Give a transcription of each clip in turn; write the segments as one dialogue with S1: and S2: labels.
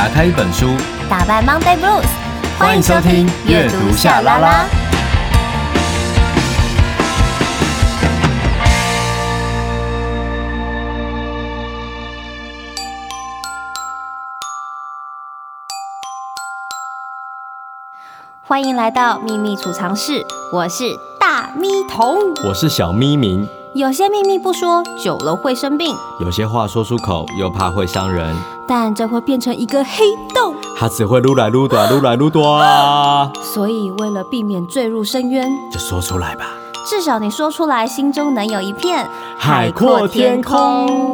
S1: 打开一本书，
S2: 打败 Monday Blues。
S1: 欢迎收听阅读夏拉拉。
S2: 欢迎来到秘密储藏室，我是大咪童，
S1: 我是小咪明。
S2: 有些秘密不说，久了会生病；
S1: 有些话说出口，又怕会伤人。
S2: 但这会变成一个黑洞，
S1: 它只会撸来撸短，撸来撸短。
S2: 所以为了避免坠入深渊，
S1: 就说出来吧。
S2: 至少你说出来，心中能有一片
S1: 海阔天空。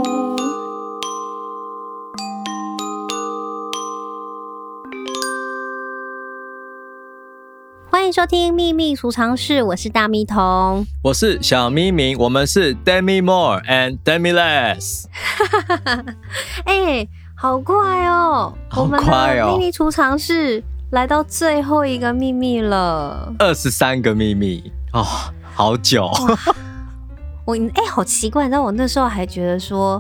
S2: 欢迎收听秘密储藏室，我是大咪童，
S1: 我是小咪明，我们是 Demi More and Demi Less。
S2: 好快哦！
S1: 好快哦！
S2: 我们的秘密储藏室来到最后一个秘密了
S1: ，23个秘密哦，好久。
S2: 好奇怪，你知道我那时候还觉得说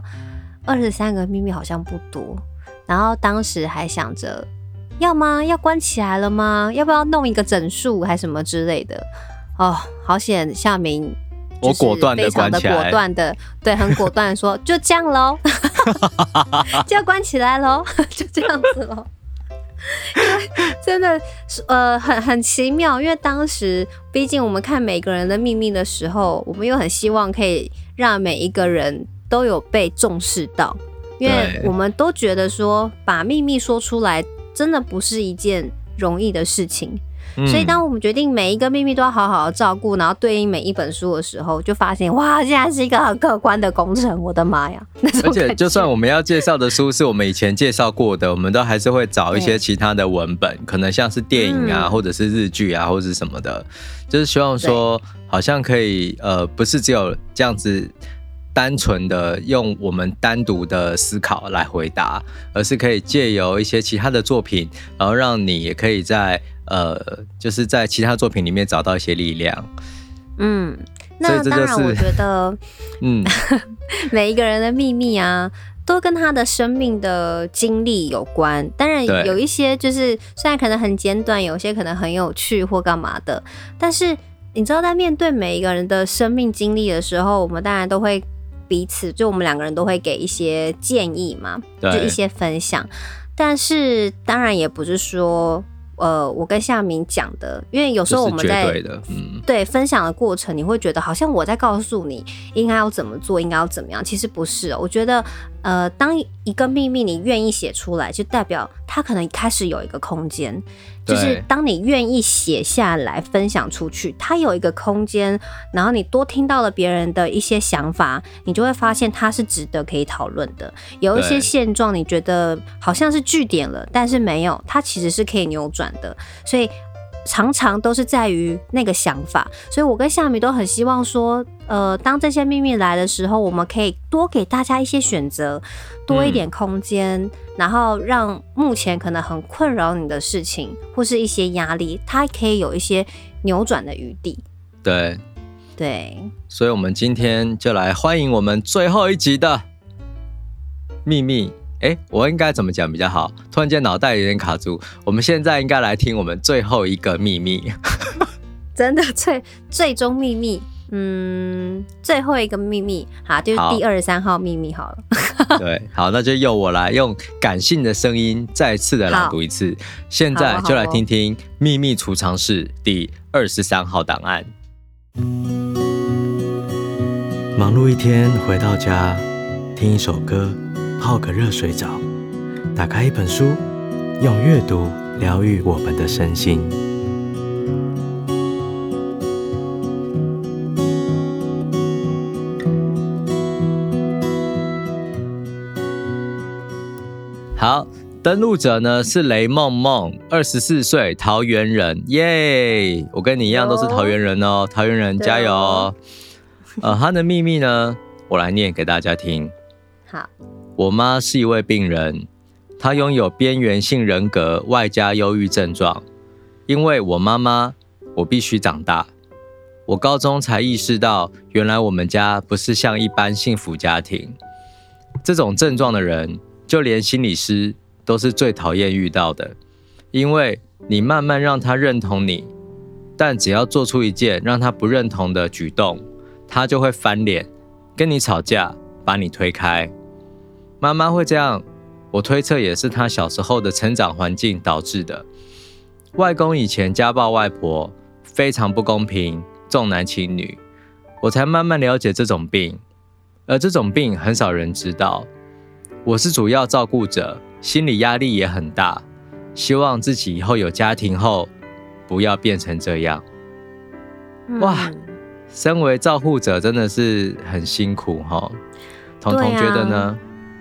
S2: 23个秘密好像不多，然后当时还想着。要吗？要关起来了吗？要不要弄一个整数还什么之类的？哦，好险！夏明，
S1: 我果断的关起来，
S2: 果断的，对，很果断的说，就这样咯，就要关起来咯，就这样子咯。因为真的，很奇妙，因为当时毕竟我们看每个人的秘密的时候，我们又很希望可以让每一个人都有被重视到，因为我们都觉得说把秘密说出来。真的不是一件容易的事情，所以当我们决定每一个秘密都要好好的照顾，然后对应每一本书的时候，就发现哇，现在是一个很可观的工程，我的妈呀！
S1: 而且就算我们要介绍的书是我们以前介绍过的，我们都还是会找一些其他的文本，可能像是电影啊，或者是日剧啊，或者是什么的，就是希望说好像可以不是只有这样子。单纯的用我们单独的思考来回答，而是可以借由一些其他的作品，然后让你也可以在就是在其他作品里面找到一些力量。
S2: 那当然，我觉得，每一个人的秘密啊，都跟他的生命的经历有关。当然，有一些就是虽然可能很简短，有些可能很有趣或干嘛的，但是你知道，在面对每一个人的生命经历的时候，我们当然都会。彼此就我们两个人都会给一些建议嘛，就一些分享，但是当然也不是说我跟夏明讲的，因为有时候我们在对分享的过程，你会觉得好像我在告诉你应该要怎么做，应该要怎么样，其实不是我觉得当一个秘密你愿意写出来，就代表它可能开始有一个空间。就是当你愿意写下来分享出去，它有一个空间，然后你多听到了别人的一些想法，你就会发现它是值得可以讨论的。有一些现状你觉得好像是据点了，但是没有，它其实是可以扭转的，所以常常都是在于那个想法。所以我跟夏米都很希望说当这些秘密来的时候，我们可以多给大家一些选择，多一点空间，然后让目前可能很困扰你的事情或是一些压力，它可以有一些扭转的余地。对，
S1: 所以我们今天就来欢迎我们最后一集的秘密。我应该怎么讲比较好？突然间脑袋有点卡住。我们现在应该来听我们最后一个秘密。
S2: 真的最终秘密。最后一个秘密，好，就是第23号秘密好了。
S1: 对，好，那就由我来用感性的声音再次的朗读一次。现在就来听听秘密储藏室第23号档案。忙碌一天回到家，听一首歌，泡个热水澡，打开一本书，用阅读疗愈我们的身心。好，登录者呢是雷梦梦，24岁，桃园人，耶！我跟你一样都是桃园人哦，桃园人加油哦！他的秘密呢，我来念给大家听。
S2: 好，
S1: 我妈是一位病人，她拥有边缘性人格外加忧郁症状。因为我妈妈，我必须长大。我高中才意识到，原来我们家不是像一般幸福家庭。这种症状的人，就连心理师都是最讨厌遇到的，因为你慢慢让他认同你，但只要做出一件让他不认同的举动，他就会翻脸，跟你吵架，把你推开。妈妈会这样，我推测也是他小时候的成长环境导致的。外公以前家暴外婆，非常不公平，重男轻女，我才慢慢了解这种病，而这种病很少人知道。我是主要照顾者，心理压力也很大，希望自己以后有家庭后不要变成这样。哇，身为照护者真的是很辛苦齁。彤彤觉得呢？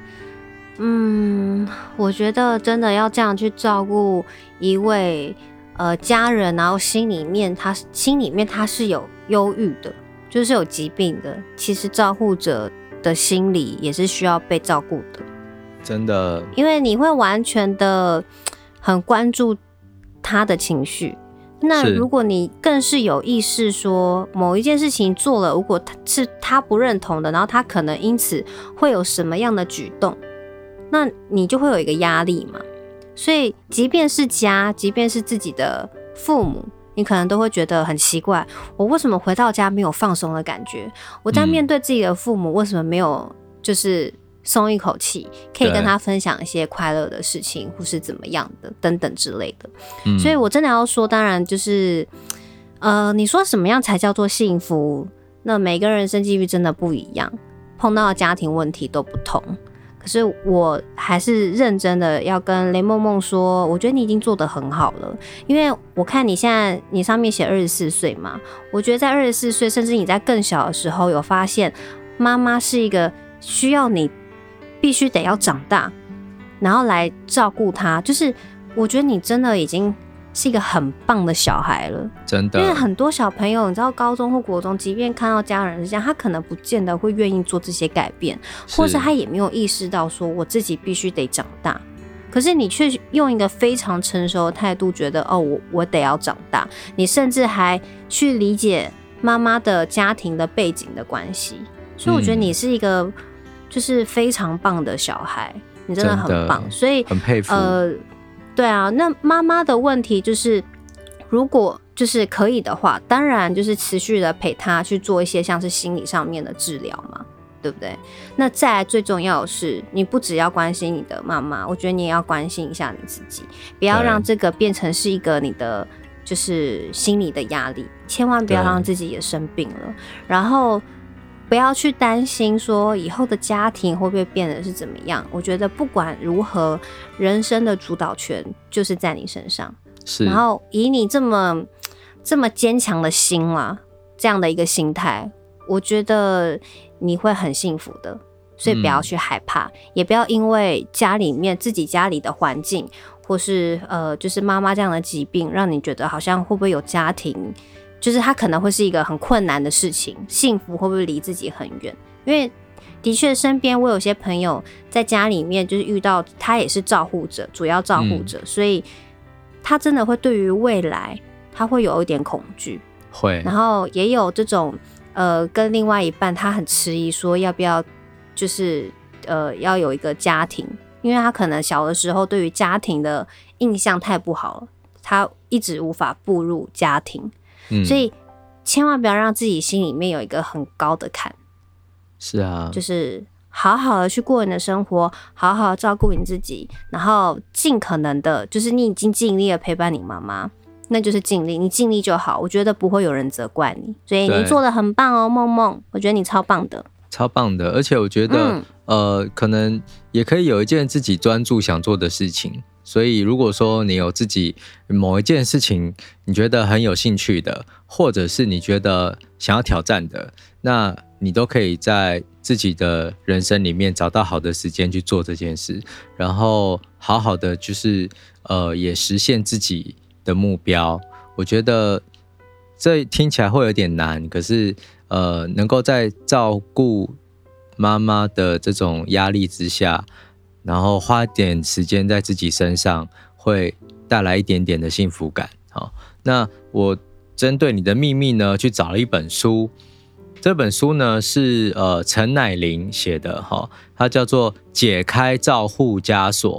S2: 我觉得真的要这样去照顾一位家人，然后心里面他是有忧郁的，就是有疾病的，其实照护者的心理也是需要被照顾的。
S1: 真的，
S2: 因为你会完全的很关注他的情绪。那如果你更是有意识说某一件事情做了，如果是他不认同的，然后他可能因此会有什么样的举动，那你就会有一个压力嘛。所以即便是即便是自己的父母，你可能都会觉得很奇怪，我为什么回到家没有放松的感觉？我在面对自己的父母，为什么没有就是松一口气，可以跟他分享一些快乐的事情，或是怎么样的等等之类的。所以我真的要说，当然就是你说什么样才叫做幸福，那每个人生际遇真的不一样，碰到的家庭问题都不同。可是我还是认真的要跟雷梦梦说，我觉得你已经做得很好了。因为我看你现在你上面写24岁嘛，我觉得在24岁甚至你在更小的时候有发现妈妈是一个需要你必须得要长大然后来照顾她，就是我觉得你真的已经是一个很棒的小孩了，
S1: 真的。
S2: 因为很多小朋友你知道高中或国中即便看到家人是这样，他可能不见得会愿意做这些改变，或是他也没有意识到说我自己必须得长大，可是你却用一个非常成熟的态度觉得我得要长大，你甚至还去理解妈妈的家庭的背景的关系，所以我觉得你是一个就是非常棒的小孩，你真的很棒，所以
S1: 很佩服。
S2: 对啊，那妈妈的问题就是，如果就是可以的话，当然就是持续的陪她去做一些像是心理上面的治疗嘛，对不对？那再来最重要的是，你不只要关心你的妈妈，我觉得你也要关心一下你自己，不要让这个变成是一个你的就是心理的压力，千万不要让自己也生病了，然后不要去担心说以后的家庭会不会变得是怎么样。我觉得不管如何，人生的主导权就是在你身上。是，然后以你这么坚强的心啦，这样的一个心态，我觉得你会很幸福的。所以不要去害怕，也不要因为家里面自己家里的环境，或是就是妈妈这样的疾病，让你觉得好像会不会有家庭。就是它可能会是一个很困难的事情，幸福会不会离自己很远？因为的确身边我有些朋友在家里面就是遇到他也是照护者，主要照护者，所以他真的会对于未来他会有一点恐惧，会，然后也有这种跟另外一半他很迟疑说要不要就是要有一个家庭，因为他可能小的时候对于家庭的印象太不好了，他一直无法步入家庭。所以千万不要让自己心里面有一个很高的坎。是啊，就是好好的去过你的生活，好好的照顾你自己，然后尽可能的就是你已经尽力的陪伴你妈妈，那就是尽力，你尽力就好，我觉得不会有人责怪你，所以你做得很棒哦，梦梦，我觉得你超棒的，超棒的。而且我觉得可能也可以有一件自己专注想做的事情，所以如果说你有自己某一件事情你觉得很有兴趣的，或者是你觉得想要挑战的，那你都可以在自己的人生里面找到好的时间去做这件事，然后好好的就是也实现自己的目标。我觉得这听起来会有点难，可是能够在照顾妈妈的这种压力之下，然后花点时间在自己身上，会带来一点点的幸福感。好，那我针对你的秘密呢，去找了一本书。这本书呢是陈乃麟写的，它叫做《解开照护枷锁：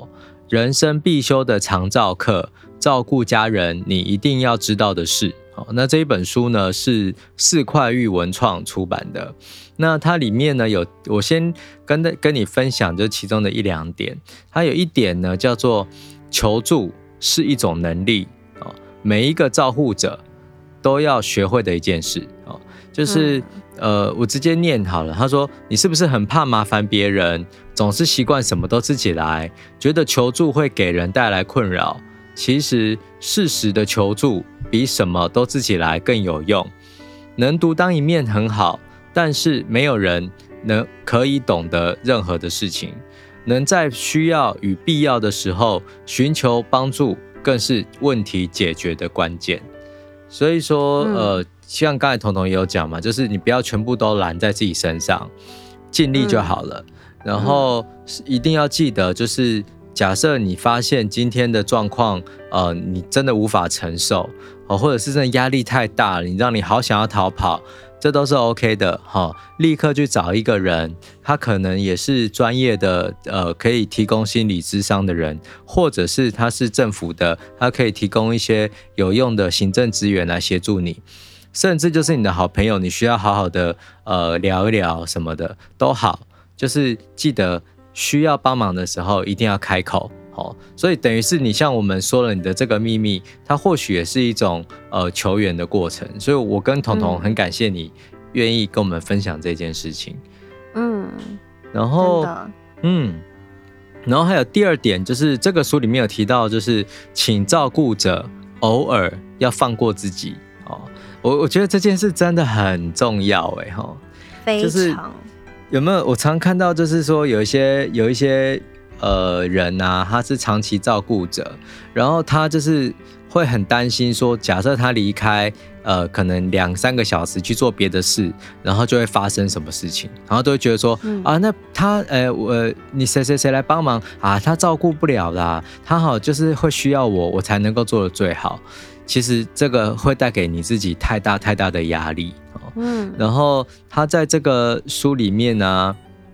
S1: 人生必修的长照课，照顾家人你一定要知道的事。那这一本书呢是4块玉文创出版的。那它里面呢我先跟你分享就其中的1、2点。它有一点呢叫做求助是一种能力，每一个照护者都要学会的一件事。就是我直接念好了。他说，你是不是很怕麻烦别人，总是习惯什么都自己来，觉得求助会给人带来困扰？其实适时的求助比什么都自己来更有用。能独当一面很好，但是没有人可以懂得任何的事情。能在需要与必要的时候寻求帮助，更是问题解决的关键。所以说像刚才彤彤也有讲嘛，就是你不要全部都揽在自己身上，尽力就好了。然后一定要记得，就是假设你发现今天的状况你真的无法承受，或者是真的压力太大了，让你好想要逃跑，这都是 OK 的。立刻去找一个人，他可能也是专业的可以提供心理咨商的人，或者是他是政府的，他可以提供一些有用的行政资源来协助你，甚至就是你的好朋友，你需要好好的聊一聊什么的都好，就是记得需要帮忙的时候一定要开口。所以等于是你像我们说了你的这个秘密，它或许也是一种求援的过程。所以我跟彤彤很感谢你愿意跟我们分享这件事情。然后然后还有第2点，就是这个书里面有提到，就是请照顾者偶尔要放过自己。我觉得这件事真的很重要
S2: 非常、就是
S1: 有没有我常看到就是说有一些人啊，他是长期照顾者，然后他就是会很担心说，假设他离开可能2-3个小时去做别的事，然后就会发生什么事情，然后都会觉得说那他你谁来帮忙啊，他照顾不了啦，他就是会需要我才能够做得最好。其实这个会带给你自己太大的压力。然后他在这个书里面呢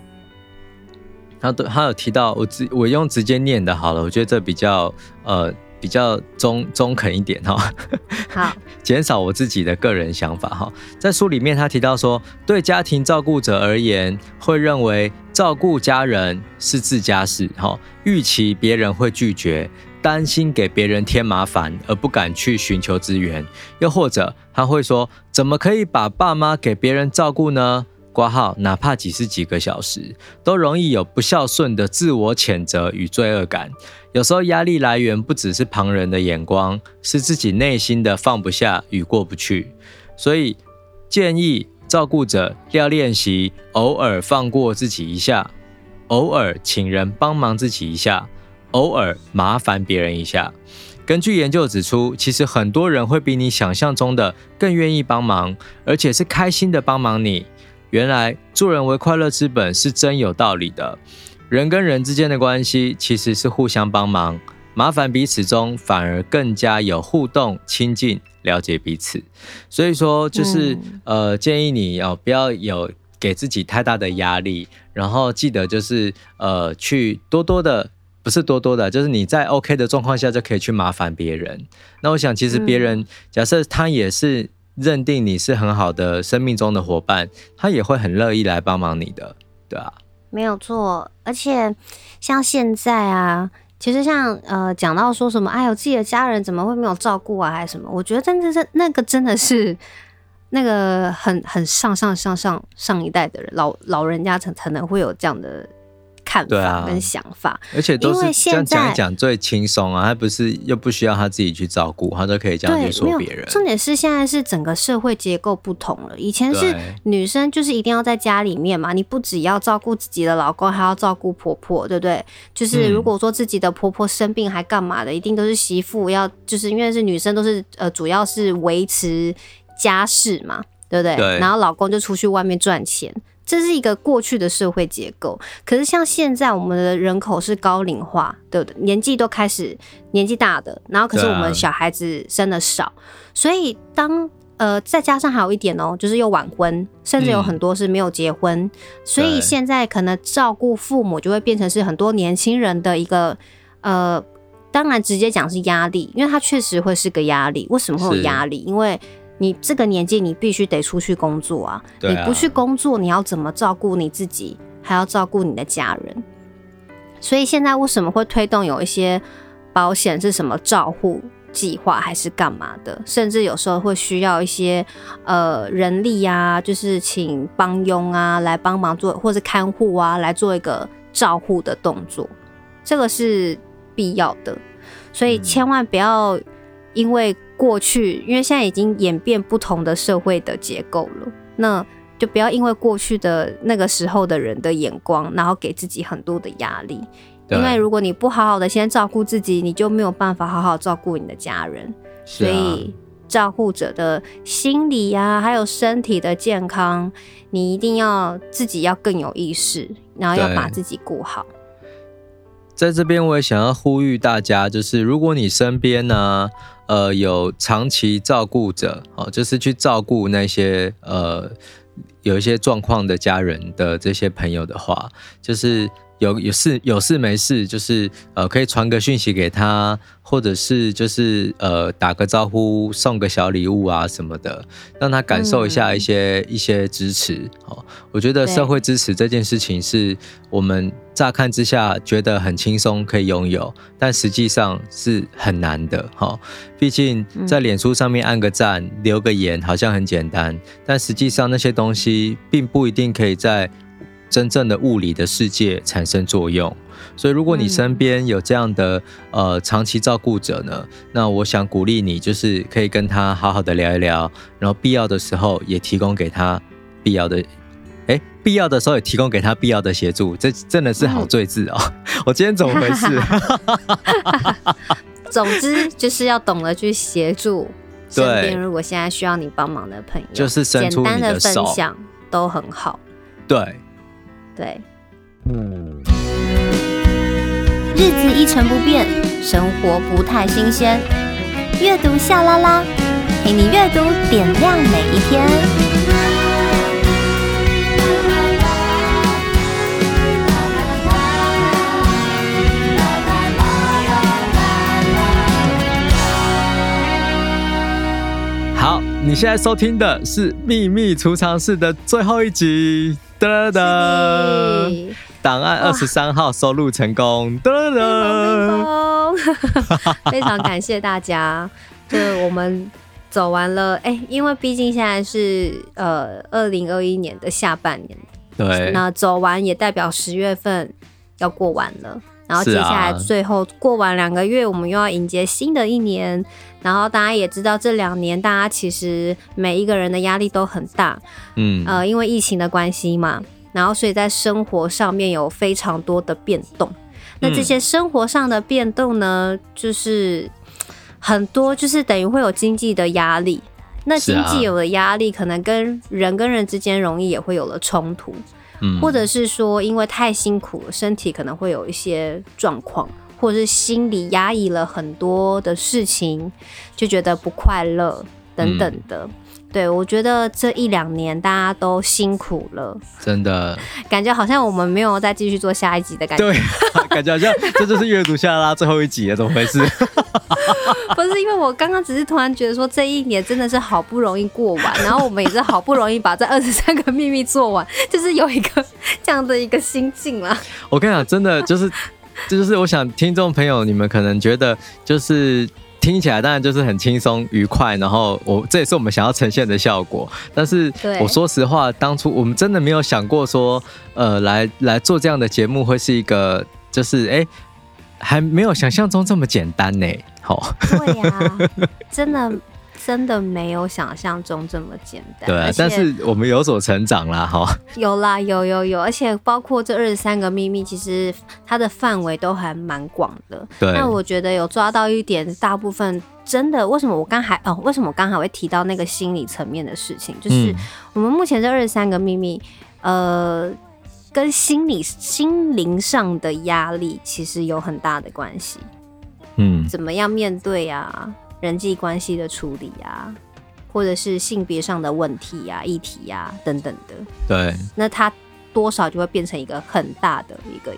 S1: 他有提到，我用直接念的好了，我觉得这比较中肯一点好，减少我自己的个人想法在书里面他提到说，对家庭照顾者而言，会认为照顾家人是自家事预期别人会拒绝，担心给别人添麻烦而不敢去寻求资源，又或者他会说，怎么可以把爸妈给别人照顾呢？哪怕只是几个小时，都容易有不孝顺的自我谴责与罪恶感。有时候压力来源不只是旁人的眼光，是自己内心的放不下与过不去。所以建议照顾者要练习偶尔放过自己一下，偶尔请人帮忙自己一下，偶尔麻烦别人一下。根据研究指出，其实很多人会比你想象中的更愿意帮忙，而且是开心的帮忙你。原来助人为快乐之本是真有道理的，人跟人之间的关系其实是互相帮忙，麻烦彼此中反而更加有互动、亲近、了解彼此。所以说就是建议你不要有给自己太大的压力，然后记得就是去多多的，不是多多的，就是你在 OK 的状况下就可以去麻烦别人。那我想其实别人假设他也是认定你是很好的生命中的伙伴，他也会很乐意来帮忙你的，对啊，
S2: 没有错。而且像现在啊，其实像讲到说什么我自己的家人怎么会没有照顾啊，还是什么，我觉得真的是那个真的是那个很上一代的人，老人家可能会有这样的看法跟想法，
S1: 而且都是这样讲一讲最轻松啊，他不是又不需要他自己去照顾，他都可以这样去说别人。
S2: 重点是现在是整个社会结构不同了，以前是女生就是一定要在家里面嘛，你不只要照顾自己的老公，还要照顾婆婆，对不对？就是如果说自己的婆婆生病还干嘛的，一定都是媳妇要，就是因为是女生都是主要是维持家事嘛，对不对？对，然后老公就出去外面赚钱。这是一个过去的社会结构，可是像现在我们的人口是高龄化，对不对？年纪都开始年纪大的，然后可是我们小孩子生的少，所以再加上还有一点就是又晚婚，甚至有很多是没有结婚，所以现在可能照顾父母就会变成是很多年轻人的一个当然直接讲是压力，因为它确实会是个压力。为什么会有压力？因为你这个年纪你必须得出去工作啊，你不去工作你要怎么照顾你自己，还要照顾你的家人。所以现在为什么会推动有一些保险是什么照护计划还是干嘛的，甚至有时候会需要一些人力啊，就是请帮佣啊来帮忙做，或是看护啊来做一个照护的动作，这个是必要的。所以千万不要因为过去，因为现在已经演变不同的社会的结构了，那就不要因为过去的那个时候的人的眼光，然后给自己很多的压力。因为如果你不好好的先照顾自己，你就没有办法好好照顾你的家人。所以照护者的心理啊，还有身体的健康，你一定要自己要更有意识，然后要把自己顾好。
S1: 在这边我也想要呼吁大家，就是如果你身边呢有长期照顾者，就是去照顾那些有一些状况的家人的这些朋友的话，就是有事没事，就是可以传个讯息给他，或者是就是打个招呼，送个小礼物啊什么的，让他感受一下一些支持。我觉得社会支持这件事情是我们乍看之下觉得很轻松可以拥有，但实际上是很难的。毕竟在脸书上面按个赞，留个言好像很简单，但实际上那些东西并不一定可以在真正的物理的世界产生作用。所以如果你身边有这样的长期照顾者呢，那我想鼓励你，就是可以跟他好好的聊一聊，然后必要的时候也提供给他必要的时候也提供给他必要的协助。这真的是好罪字哦。我今天怎么回事？
S2: 总之就是要懂得去协助身边如果现在需要你帮忙的朋友，
S1: 就是伸出你的手，简单的
S2: 分享都很好。
S1: 对，
S2: 日子一成不变，生活不太新鲜。阅读夏拉拉，陪你阅读点亮每一天。
S1: 好，你现在收听的是《秘密储藏室》的最后一集。哒哒，档案23号收录成功。哒哒，
S2: 非常感谢大家。就我们走完了，因为毕竟现在是2021年的下半年，
S1: 对，
S2: 那走完也代表10月份要过完了。然后接下来最后过完2个月，我们又要迎接新的一年。然后大家也知道，这2年大家其实每一个人的压力都很大，因为疫情的关系嘛，然后所以在生活上面有非常多的变动。那这些生活上的变动呢，就是很多，就是等于会有经济的压力。那经济有了压力，可能跟人之间容易也会有了冲突。或者是说因为太辛苦了，身体可能会有一些状况，或者是心里压抑了很多的事情，就觉得不快乐等等的。对，我觉得这1-2年大家都辛苦了，
S1: 真的
S2: 感觉好像我们没有再继续做下一集的感觉。
S1: 对，感觉好像这就是阅读夏拉最后一集了，怎么回事？
S2: 不是，因为我刚刚只是突然觉得说这1年真的是好不容易过完，然后我们也是好不容易把这23个秘密做完，就是有一个这样的一个心境啦。
S1: 我跟你讲，真的就是我想听众朋友你们可能觉得就是听起来当然就是很轻松愉快，然后这也是我们想要呈现的效果。但是我说实话，当初我们真的没有想过说来做这样的节目会是一个就是还没有想象中这么简单呢。
S2: 对呀，真的没有想象中这么简单。
S1: 对，但是我们有所成长啦，
S2: 有啦，有，而且包括这23个秘密，其实它的范围都还蛮广的。
S1: 对，
S2: 那我觉得有抓到一点，大部分真的，为什么我刚才会提到那个心理层面的事情，就是我们目前这23个秘密，跟心灵上的压力其实有很大的关系。怎么样面对啊？人际关系的处理啊，或者是性别上的问题啊、议题啊等等的。
S1: 对，
S2: 那它多少就会变成一个很大的一个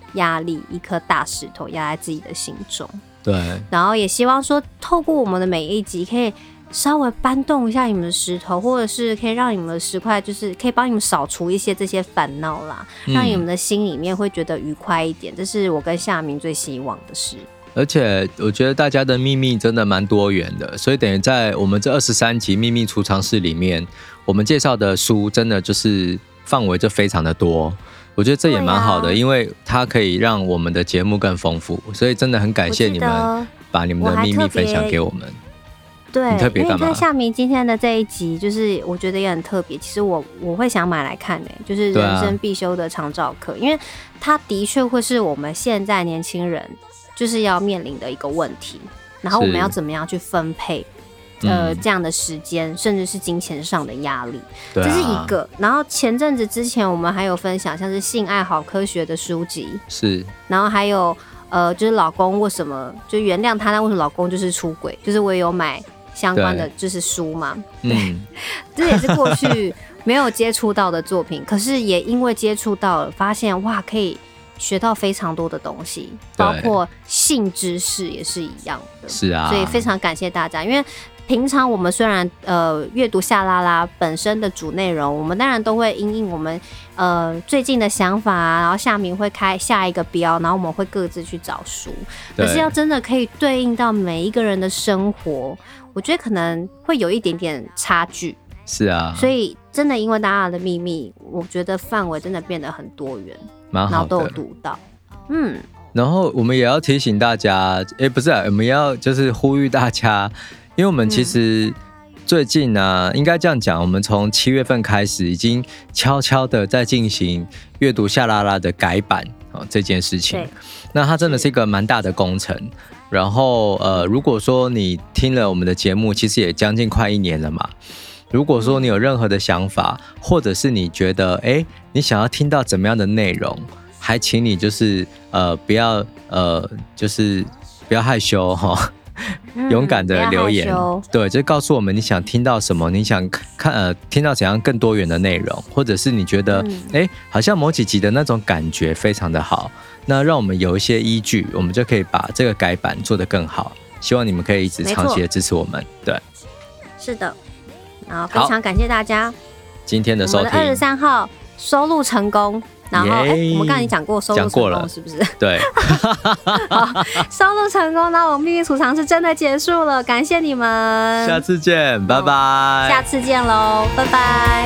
S2: 压力，一颗大石头压在自己的心中。
S1: 对，
S2: 然后也希望说，透过我们的每一集，可以稍微搬动一下你们的石头，或者是可以让你们的石块，就是可以帮你们扫除一些这些烦恼啦，让你们的心里面会觉得愉快一点。这是我跟夏民最希望的事。
S1: 而且我觉得大家的秘密真的蛮多元的，所以等于在我们这23集秘密储藏室里面，我们介绍的书真的就是范围就非常的多。我觉得这也蛮好的，因为它可以让我们的节目更丰富，所以真的很感谢你们把你们的秘密分享给我们。
S2: 对，
S1: 你特别干嘛？
S2: 因为你看夏民今天的这一集，就是我觉得也很特别。其实我会想买来看就是人生必修的长照课，因为它的确会是我们现在年轻人就是要面临的一个问题，然后我们要怎么样去分配这样的时间，甚至是金钱上的压力，这是一个。然后前阵子之前我们还有分享像是性爱好科学的书籍，
S1: 是，
S2: 然后还有就是老公为什么就原谅他，但为什么老公就是出轨，就是我也有买相关的就是书嘛，对，这也是过去没有接触到的作品，可是也因为接触到了，发现哇可以学到非常多的东西，包括性知识也是一样的。
S1: 是啊，
S2: 所以非常感谢大家，因为平常我们虽然阅读夏拉拉本身的主内容，我们当然都会因应我们最近的想法啊，然后夏民会开下一个标，然后我们会各自去找书，可是要真的可以对应到每一个人的生活，我觉得可能会有一点点差距。
S1: 是啊，
S2: 所以真的因为大家的秘密，我觉得范围真的变得很多元，
S1: 蛮好的，
S2: 然后都有读到。
S1: 然后我们也要提醒大家，不是我们要就是呼吁大家，因为我们其实最近啊，应该这样讲，我们从7月份开始，已经悄悄的在进行阅读夏拉拉的改版这件事情。那它真的是一个蛮大的工程。然后如果说你听了我们的节目，其实也将近快1年了嘛。如果说你有任何的想法，或者是你觉得你想要听到怎么样的内容，还请你就是不要就是不要害羞哈。勇敢的留言，对，就告诉我们你想听到什么，你想看听到怎样更多元的内容，或者是你觉得好像某几集的那种感觉非常的好，那让我们有一些依据，我们就可以把这个改版做得更好。希望你们可以一直长期的支持我们。对，
S2: 是的，然后非常感谢大家
S1: 今天的收听。
S2: 我们的23号收录成功。然后我们刚才讲过收录成功是不是？
S1: 对，
S2: 好，收录成功，那我们秘密储藏室真的结束了，感谢你们，
S1: 下次见，拜拜，
S2: 下次见喽，拜拜。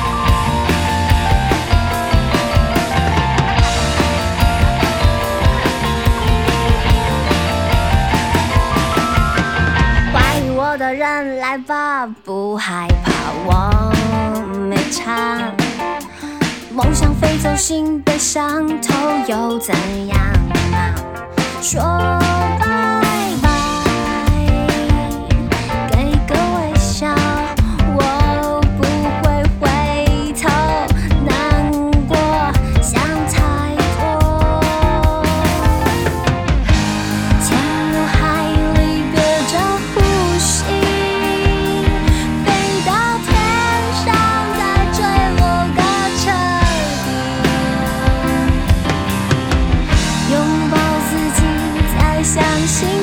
S2: 怀疑我的人来吧，不害怕，我没差。梦想飞走，心被伤透，又怎样啊？说拜拜，给个微笑，我不会回头，难过想太多。潜入海里，憋着呼吸，飞到天上，再坠落个彻。拥抱自己，再相信。